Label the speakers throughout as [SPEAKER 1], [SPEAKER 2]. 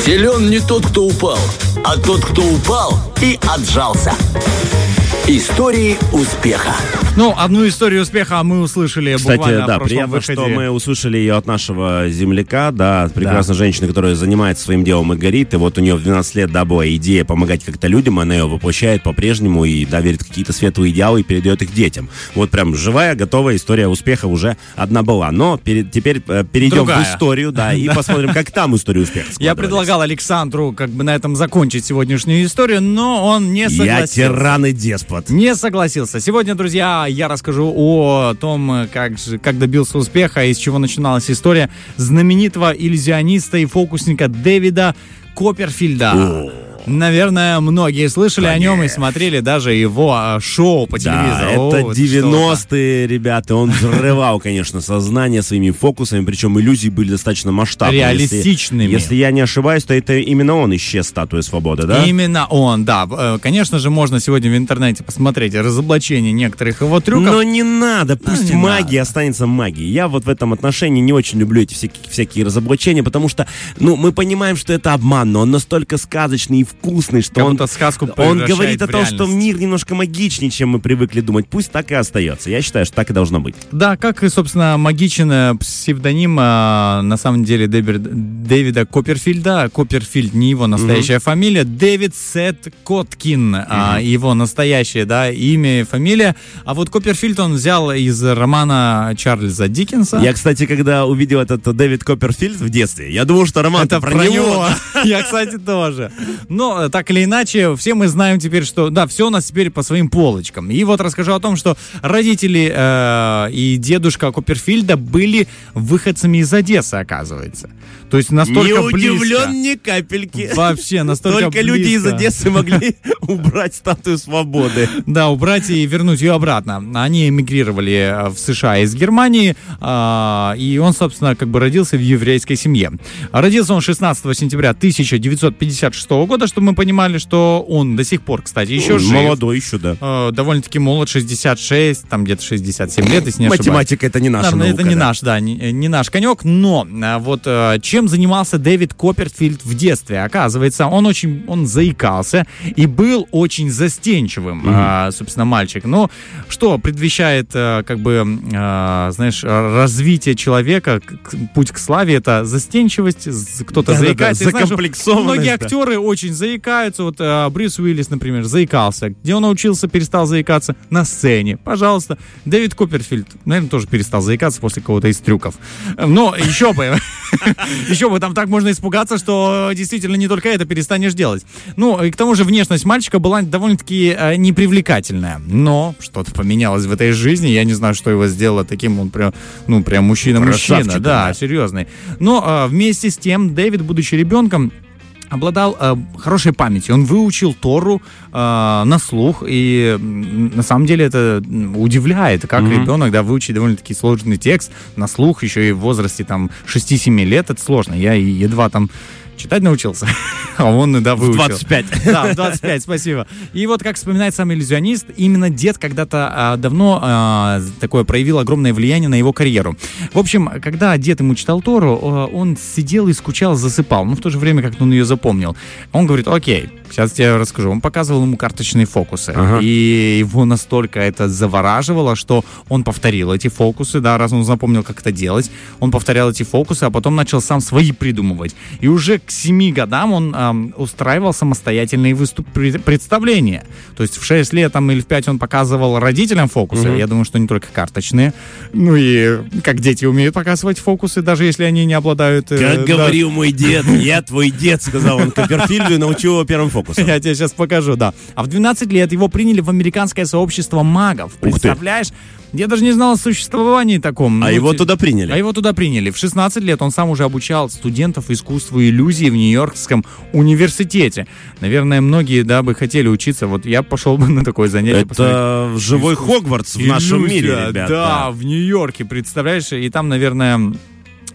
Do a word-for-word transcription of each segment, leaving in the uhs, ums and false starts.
[SPEAKER 1] Силен не тот, кто упал, а тот, кто упал и отжался. Истории успеха.
[SPEAKER 2] Ну, одну историю успеха мы услышали
[SPEAKER 3] Кстати,
[SPEAKER 2] буквально
[SPEAKER 3] да,
[SPEAKER 2] в прошлом
[SPEAKER 3] приятно,
[SPEAKER 2] выходе.
[SPEAKER 3] что мы услышали ее от нашего земляка, да, прекрасной
[SPEAKER 2] Да.
[SPEAKER 3] женщины, которая занимается своим делом и горит, и вот у нее в двенадцать лет, да, была идея помогать как-то людям, она ее воплощает по-прежнему и, да, верит в какие-то светлые идеалы и передает их детям. Вот прям живая, готовая история успеха уже одна была, но перед, теперь э, перейдем
[SPEAKER 2] Другая.
[SPEAKER 3] в историю, да, и посмотрим, как там история успеха
[SPEAKER 2] Я
[SPEAKER 3] складывалась.
[SPEAKER 2] предлагал Александру как бы на этом закончить сегодняшнюю историю, но он не
[SPEAKER 3] Я
[SPEAKER 2] согласился.
[SPEAKER 3] тиран и деспот.
[SPEAKER 2] Не согласился. Сегодня, друзья, я расскажу о том, как, же, как добился успеха и с чего начиналась история знаменитого иллюзиониста и фокусника Дэвида Копперфильда.
[SPEAKER 3] О.
[SPEAKER 2] Наверное, многие слышали
[SPEAKER 3] Конечно.
[SPEAKER 2] о нем и смотрели даже его а, шоу по
[SPEAKER 3] Да,
[SPEAKER 2] телевизору. О,
[SPEAKER 3] это
[SPEAKER 2] вот
[SPEAKER 3] девяностые, ребята. Он взрывал, конечно, сознание своими фокусами, причем иллюзии были достаточно масштабные.
[SPEAKER 2] Реалистичными.
[SPEAKER 3] Если, если я не ошибаюсь, то это именно он исчез, статуя свободы, да?
[SPEAKER 2] Именно он, да. Э, Конечно же, можно сегодня в интернете посмотреть разоблачение некоторых его трюков.
[SPEAKER 3] Но не надо, пусть
[SPEAKER 2] не
[SPEAKER 3] магия
[SPEAKER 2] надо.
[SPEAKER 3] останется магией. Я вот в этом отношении не очень люблю эти всякие, всякие разоблачения, потому что, ну, мы понимаем, что это обман, но он настолько сказочный и вкусный, что
[SPEAKER 2] Как
[SPEAKER 3] он,
[SPEAKER 2] будто сказку
[SPEAKER 3] он
[SPEAKER 2] превращает
[SPEAKER 3] говорит о
[SPEAKER 2] в
[SPEAKER 3] том, что
[SPEAKER 2] реальность.
[SPEAKER 3] мир немножко магичнее, чем мы привыкли думать. Пусть так и остается. Я считаю, что так и должно быть.
[SPEAKER 2] Да, как и, собственно, магичен э, псевдоним, э, на самом деле, Дэвид- Дэвида Копперфильда. Копперфильд не его настоящая фамилия. Дэвид Сет Коткин, а, его настоящее, да, имя и фамилия. А вот Копперфильд он взял из романа Чарльза Диккенса.
[SPEAKER 3] Я, кстати, когда увидел этот Дэвид Копперфильд в детстве, я думал, что роман
[SPEAKER 2] Это
[SPEAKER 3] про,
[SPEAKER 2] про
[SPEAKER 3] него.
[SPEAKER 2] него. Я, кстати, тоже. Но, так или иначе, все мы знаем теперь, что, да, все у нас теперь по своим полочкам. И вот расскажу о том, что родители э, и дедушка Копперфильда были выходцами из Одессы, оказывается. То есть настолько
[SPEAKER 3] Не
[SPEAKER 2] близко.
[SPEAKER 3] удивлен ни капельки.
[SPEAKER 2] Вообще, настолько
[SPEAKER 3] Только люди из
[SPEAKER 2] близко.
[SPEAKER 3] Одессы могли убрать статую свободы.
[SPEAKER 2] Да, убрать и вернуть ее обратно. Они эмигрировали в США из Германии, а, и он, собственно, как бы родился в еврейской семье. Родился он шестнадцатого сентября тысяча девятьсот пятьдесят шестого года, чтобы мы понимали, что он до сих пор, кстати, еще жив.
[SPEAKER 3] Молодой еще, да.
[SPEAKER 2] Э, довольно-таки молод, шестьдесят шесть, там где-то шестьдесят семь лет, если не ошибаюсь.
[SPEAKER 3] Математика — это не наша
[SPEAKER 2] Да,
[SPEAKER 3] наука.
[SPEAKER 2] это не
[SPEAKER 3] да.
[SPEAKER 2] наш, да, не, не наш конек, но а, вот а, чем занимался Дэвид Копперфильд в детстве? Оказывается, он очень, он заикался и был очень застенчивым,
[SPEAKER 3] Mm-hmm.
[SPEAKER 2] а, собственно, мальчик. Но что предвещает, а, как бы, а, знаешь, развитие человека, к- к- путь к славе, это застенчивость, з- кто-то
[SPEAKER 3] Да-да-да,
[SPEAKER 2] заикается. И знаешь,
[SPEAKER 3] закомплексованность,
[SPEAKER 2] многие
[SPEAKER 3] да.
[SPEAKER 2] актеры очень заикаются, вот а, Брюс Уиллис, например, заикался. Где он научился, перестал заикаться? На сцене. Пожалуйста. Дэвид Копперфильд, наверное, тоже перестал заикаться после кого-то из трюков. Но еще бы, еще бы, там так можно испугаться, что действительно не только это перестанешь делать. Ну, и к тому же внешность мальчика была довольно-таки э, непривлекательная. Но что-то поменялось в этой жизни. Я не знаю, что его сделало таким, он прям, ну, прям мужчина-мужчина.
[SPEAKER 3] Красавчик,
[SPEAKER 2] Да,
[SPEAKER 3] да.
[SPEAKER 2] серьезный. Но э, вместе с тем Дэвид, будучи ребенком, обладал э, хорошей памятью. Он выучил Тору э, на слух, и м, на самом деле это м, удивляет, как
[SPEAKER 3] Мгм.
[SPEAKER 2] ребенок, да, выучить довольно-таки сложный текст на слух, еще и в возрасте там шесть-семь лет, это сложно. Я и едва там читать научился, а он, да, выучил.
[SPEAKER 3] двадцать пять.
[SPEAKER 2] Да, в двадцать пять, спасибо. И вот, как вспоминает сам иллюзионист, именно дед когда-то а, давно а, такое проявил огромное влияние на его карьеру. В общем, когда дед ему читал Тору, а, он сидел и скучал, засыпал, но в то же время как-то он ее запомнил. Он говорит: окей, сейчас я тебе расскажу. Он показывал ему карточные фокусы,
[SPEAKER 3] Ага.
[SPEAKER 2] и его настолько это завораживало, что он повторил эти фокусы, да, раз он запомнил, как это делать, он повторял эти фокусы, а потом начал сам свои придумывать. И уже к семи годам он эм, устраивал самостоятельные выступ- пред- представления. То есть в шесть лет там, или в пять он показывал родителям фокусы.
[SPEAKER 3] Мгм.
[SPEAKER 2] Я думаю, что не только карточные. Ну и как дети умеют показывать фокусы, даже если они не обладают... э,
[SPEAKER 3] Как
[SPEAKER 2] да.
[SPEAKER 3] говорил мой дед, я твой дед, сказал он Копперфильду и научил его первым фокусом.
[SPEAKER 2] Я тебе сейчас покажу, да. А в двенадцать лет его приняли в американское сообщество магов.
[SPEAKER 3] ты.
[SPEAKER 2] Представляешь? Я даже не знал о существовании таком.
[SPEAKER 3] А
[SPEAKER 2] Ну,
[SPEAKER 3] его
[SPEAKER 2] те-
[SPEAKER 3] туда приняли.
[SPEAKER 2] А его туда приняли. В шестнадцать лет он сам уже обучал студентов искусству иллюзии в Нью-Йоркском университете. Наверное, многие, да, бы хотели учиться. Вот я пошел бы на такое занятие. посмотреть.
[SPEAKER 3] Это живой Хогвартс в нашем
[SPEAKER 2] Иллюзия,
[SPEAKER 3] мире, ребята.
[SPEAKER 2] Да, в Нью-Йорке, представляешь? И там, наверное...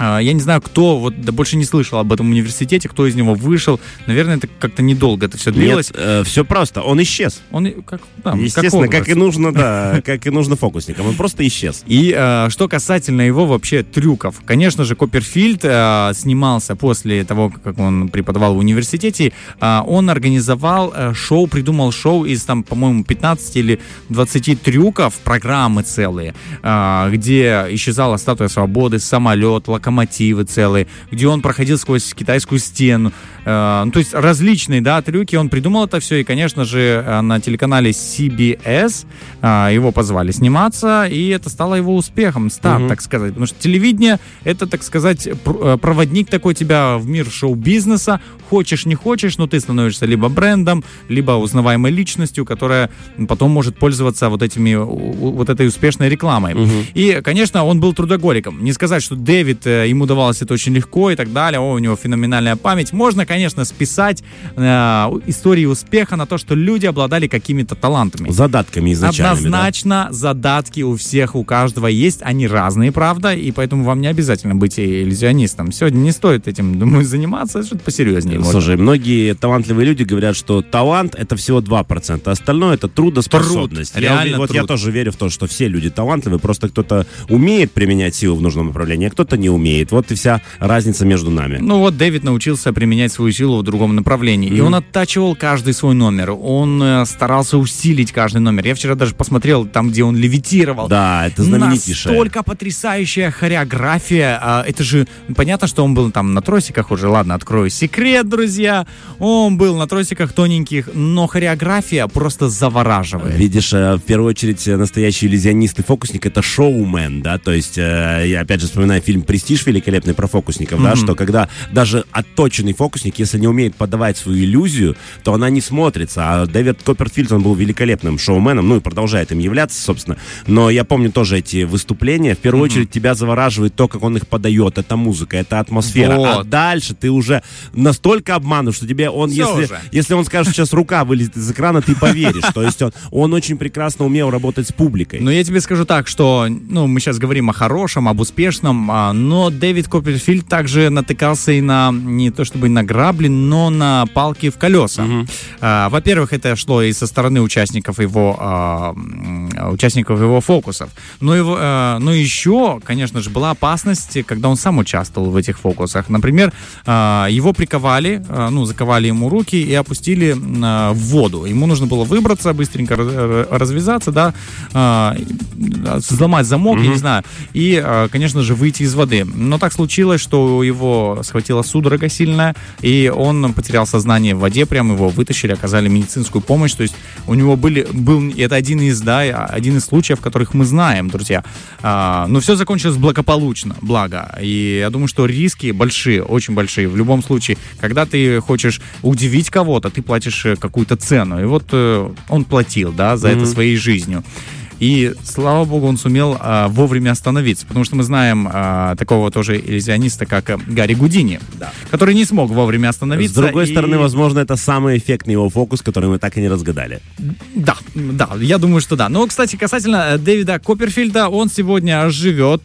[SPEAKER 2] Я не знаю, кто, вот да, больше не слышал об этом университете, кто из него вышел. Наверное, это как-то недолго это все длилось.
[SPEAKER 3] Нет, э, все просто. Он исчез.
[SPEAKER 2] Он, как, да,
[SPEAKER 3] Естественно,
[SPEAKER 2] как,
[SPEAKER 3] как и нужно, да, как и нужно фокусникам. Он просто исчез.
[SPEAKER 2] И э, что касательно его вообще трюков. Конечно же, Копперфильд э, снимался после того, как он преподавал в университете. Э, он организовал э, шоу, придумал шоу из, там, по-моему, пятнадцати или двадцати трюков, программы целые, э, где исчезала статуя свободы, самолет, локомотив, мотивы целые, где он проходил сквозь китайскую стену. Э, ну, то есть различные, да, трюки. Он придумал это все, и, конечно же, на телеканале си би эс э, его позвали сниматься, и это стало его успехом, старт, mm-hmm. так сказать. Потому что телевидение — это, так сказать, пр- проводник такой тебя в мир шоу-бизнеса. Хочешь, не хочешь, но ты становишься либо брендом, либо узнаваемой личностью, которая потом может пользоваться вот этими, вот этой успешной рекламой. Mm-hmm. И, конечно, он был трудоголиком. Не сказать, что Дэвид, ему давалось это очень легко и так далее, о, у него феноменальная память. Можно, конечно, списать э, истории успеха на то, что люди обладали какими-то талантами.
[SPEAKER 3] Задатками изначально.
[SPEAKER 2] Однозначно, да? Задатки у всех, у каждого есть. Они разные, правда, и поэтому вам не обязательно быть иллюзионистом. Сегодня не стоит этим, думаю, заниматься, что-то посерьезнее.
[SPEAKER 3] Слушай, можно. Многие талантливые люди говорят, что талант — это всего два процента, остальное — это трудоспособность.
[SPEAKER 2] Труд,
[SPEAKER 3] я,
[SPEAKER 2] реально
[SPEAKER 3] вот
[SPEAKER 2] труд.
[SPEAKER 3] я тоже верю в то, что все люди талантливые, просто кто-то умеет применять силу в нужном направлении, а кто-то не умеет. Вот и вся разница между нами.
[SPEAKER 2] Ну вот Дэвид научился применять свою силу в другом направлении. Mm-hmm. И он оттачивал каждый свой номер. Он э, старался усилить каждый номер. Я вчера даже посмотрел там, где он левитировал.
[SPEAKER 3] Да, это знаменитейшее.
[SPEAKER 2] Настолько потрясающая хореография. А, это же понятно, что он был там на тросиках уже. Ладно, открою секрет, друзья. Он был на тросиках тоненьких, но хореография просто завораживает.
[SPEAKER 3] Видишь, в первую очередь настоящий иллюзионист и фокусник — это шоумен, да, то есть я опять же вспоминаю фильм «Престиж» великолепный про фокусников, mm-hmm. да, что когда даже отточенный фокусник, если не умеет подавать свою иллюзию, то она не смотрится, а Дэвид Копперфильд, он был великолепным шоуменом, ну и продолжает им являться, собственно, но я помню тоже эти выступления, в первую mm-hmm. очередь тебя завораживает то, как он их подает, это музыка, это атмосфера, вот. А дальше ты уже настолько обманут, что тебе он, если, если он скажет, сейчас рука вылезет из экрана, ты поверишь. То есть он, он очень прекрасно умел работать с публикой.
[SPEAKER 2] Но я тебе скажу так, что ну, мы сейчас говорим о хорошем, об успешном, но Дэвид Копперфильд также натыкался и на, не то чтобы на грабли, но на палки в колеса. Угу. А, во-первых, это шло и со стороны участников его, а, участников его фокусов. Но, его, а, но еще, конечно же, была опасность, когда он сам участвовал в этих фокусах. Например, а, его приковали, а, ну, заковали ему руки и опустили а, в воду. Ему нужно было выбраться, быстренько раз, развязаться, да, а, взломать замок, mm-hmm. я не знаю, и, а, конечно же, выйти из воды. Но так случилось, что его схватила судорога сильная, и он потерял сознание в воде, прям его вытащили, оказали медицинскую помощь, то есть у него были, был, это один из, да, один из случаев, которых мы знаем, друзья. А, но все закончилось благополучно, благо. И я думаю, что риски большие, очень большие. В любом случае, когда ты хочешь удивить кого-то, ты платишь какую-то цену. И вот э, он платил, да, за mm-hmm. это своей жизнью. И, слава богу, он сумел а, вовремя остановиться, потому что мы знаем а, такого тоже иллюзиониста, как а, Гарри Гудини, да, который не смог вовремя остановиться.
[SPEAKER 3] С другой
[SPEAKER 2] и...
[SPEAKER 3] стороны, возможно, это самый эффектный его фокус, который мы так и не разгадали.
[SPEAKER 2] Да, да, я думаю, что да. Но, кстати, касательно Дэвида Копперфильда, он сегодня живет,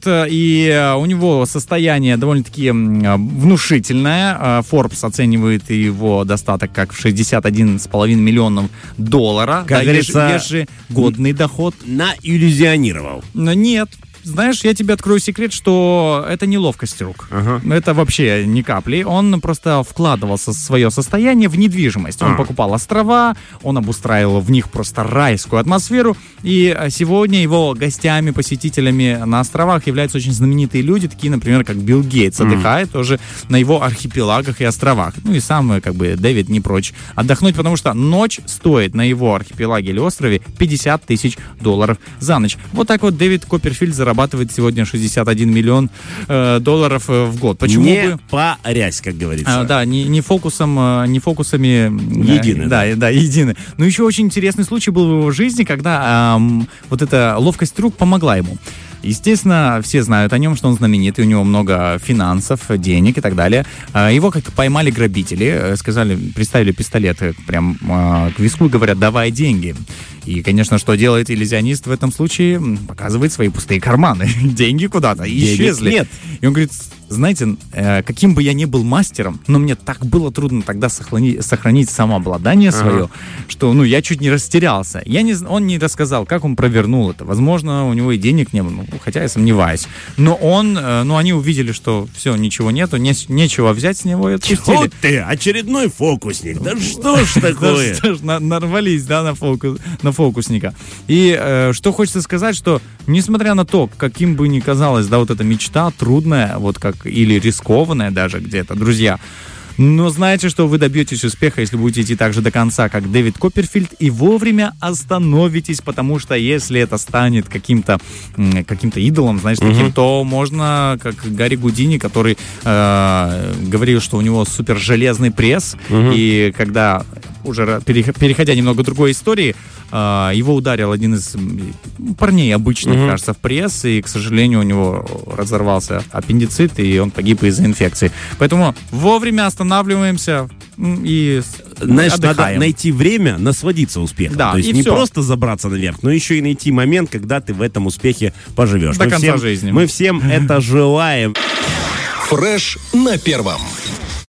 [SPEAKER 2] и у него состояние довольно-таки внушительное. Forbes оценивает его достаток как в шестьдесят один с половиной миллионов долларов.
[SPEAKER 3] Как
[SPEAKER 2] да,
[SPEAKER 3] говорится,
[SPEAKER 2] ежегодный доход.
[SPEAKER 3] Иллюзионировал.
[SPEAKER 2] Но нет. Знаешь, я тебе открою секрет, что это не ловкость рук. Ага. Это вообще ни капли. Он просто вкладывался в свое состояние в недвижимость. Он а. покупал острова, он обустраивал в них просто райскую атмосферу. И сегодня его гостями, посетителями на островах являются очень знаменитые люди, такие, например, как Билл Гейтс, отдыхает mm. тоже на его архипелагах и островах. Ну и сам, как бы, Дэвид не прочь отдохнуть, потому что ночь стоит на его архипелаге или острове пятьдесят тысяч долларов за ночь. Вот так вот Дэвид Копперфильд зарабатывает зарабатывает сегодня шестьдесят один миллион э, долларов э, в год. Почему
[SPEAKER 3] не
[SPEAKER 2] бы...
[SPEAKER 3] парясь, как говорится.
[SPEAKER 2] А, да, не, не фокусом, э, не фокусами...
[SPEAKER 3] Едины.
[SPEAKER 2] Э, да, да, да, едины. Но еще очень интересный случай был в его жизни, когда э, вот эта ловкость рук помогла ему. Естественно, все знают о нем, что он знаменитый, у него много финансов, денег и так далее. Его как-то поймали грабители, сказали, приставили пистолет прям к виску и говорят: давай деньги. И, конечно, что делает иллюзионист в этом случае? Показывает свои пустые карманы. Деньги куда-то исчезли.
[SPEAKER 3] Нет.
[SPEAKER 2] И он говорит: знаете, э, каким бы я ни был мастером, но мне так было трудно тогда сохранить, сохранить самообладание свое, ага. что, ну, я чуть не растерялся. Я не, он не рассказал, как он провернул это. Возможно, у него и денег не было, ну, хотя я сомневаюсь. Но он, э, ну, они увидели, что все, ничего нету, не, нечего взять с него и отпустили.
[SPEAKER 3] Чего ты, очередной фокусник, да что ж такое?
[SPEAKER 2] Да что ж, нарвались, да, на, фокус, на фокусника. И э, что хочется сказать, что несмотря на то, каким бы ни казалось, да, вот эта мечта трудная, вот как или рискованная даже где-то, друзья, но знаете, что вы добьетесь успеха, если будете идти так же до конца, как Дэвид Копперфильд, и вовремя остановитесь, потому что если это станет каким-то каким-то идолом, знаешь, uh-huh. таким, то можно, как Гарри Гудини, который э, говорил, что у него супер железный пресс, uh-huh. и когда уже переходя немного к другой истории, его ударил один из парней обычных, mm-hmm. кажется, в пресс, и, к сожалению, у него разорвался аппендицит, и он погиб из-за инфекции. Поэтому вовремя останавливаемся и
[SPEAKER 3] Знаешь,
[SPEAKER 2] отдыхаем.
[SPEAKER 3] Надо найти время насладиться успехом.
[SPEAKER 2] Да,
[SPEAKER 3] То есть
[SPEAKER 2] и
[SPEAKER 3] не
[SPEAKER 2] все.
[SPEAKER 3] просто забраться наверх, но еще и найти момент, когда ты в этом успехе поживешь.
[SPEAKER 2] До
[SPEAKER 3] мы
[SPEAKER 2] конца
[SPEAKER 3] всем,
[SPEAKER 2] жизни.
[SPEAKER 3] Мы всем это желаем.
[SPEAKER 1] Фреш на первом.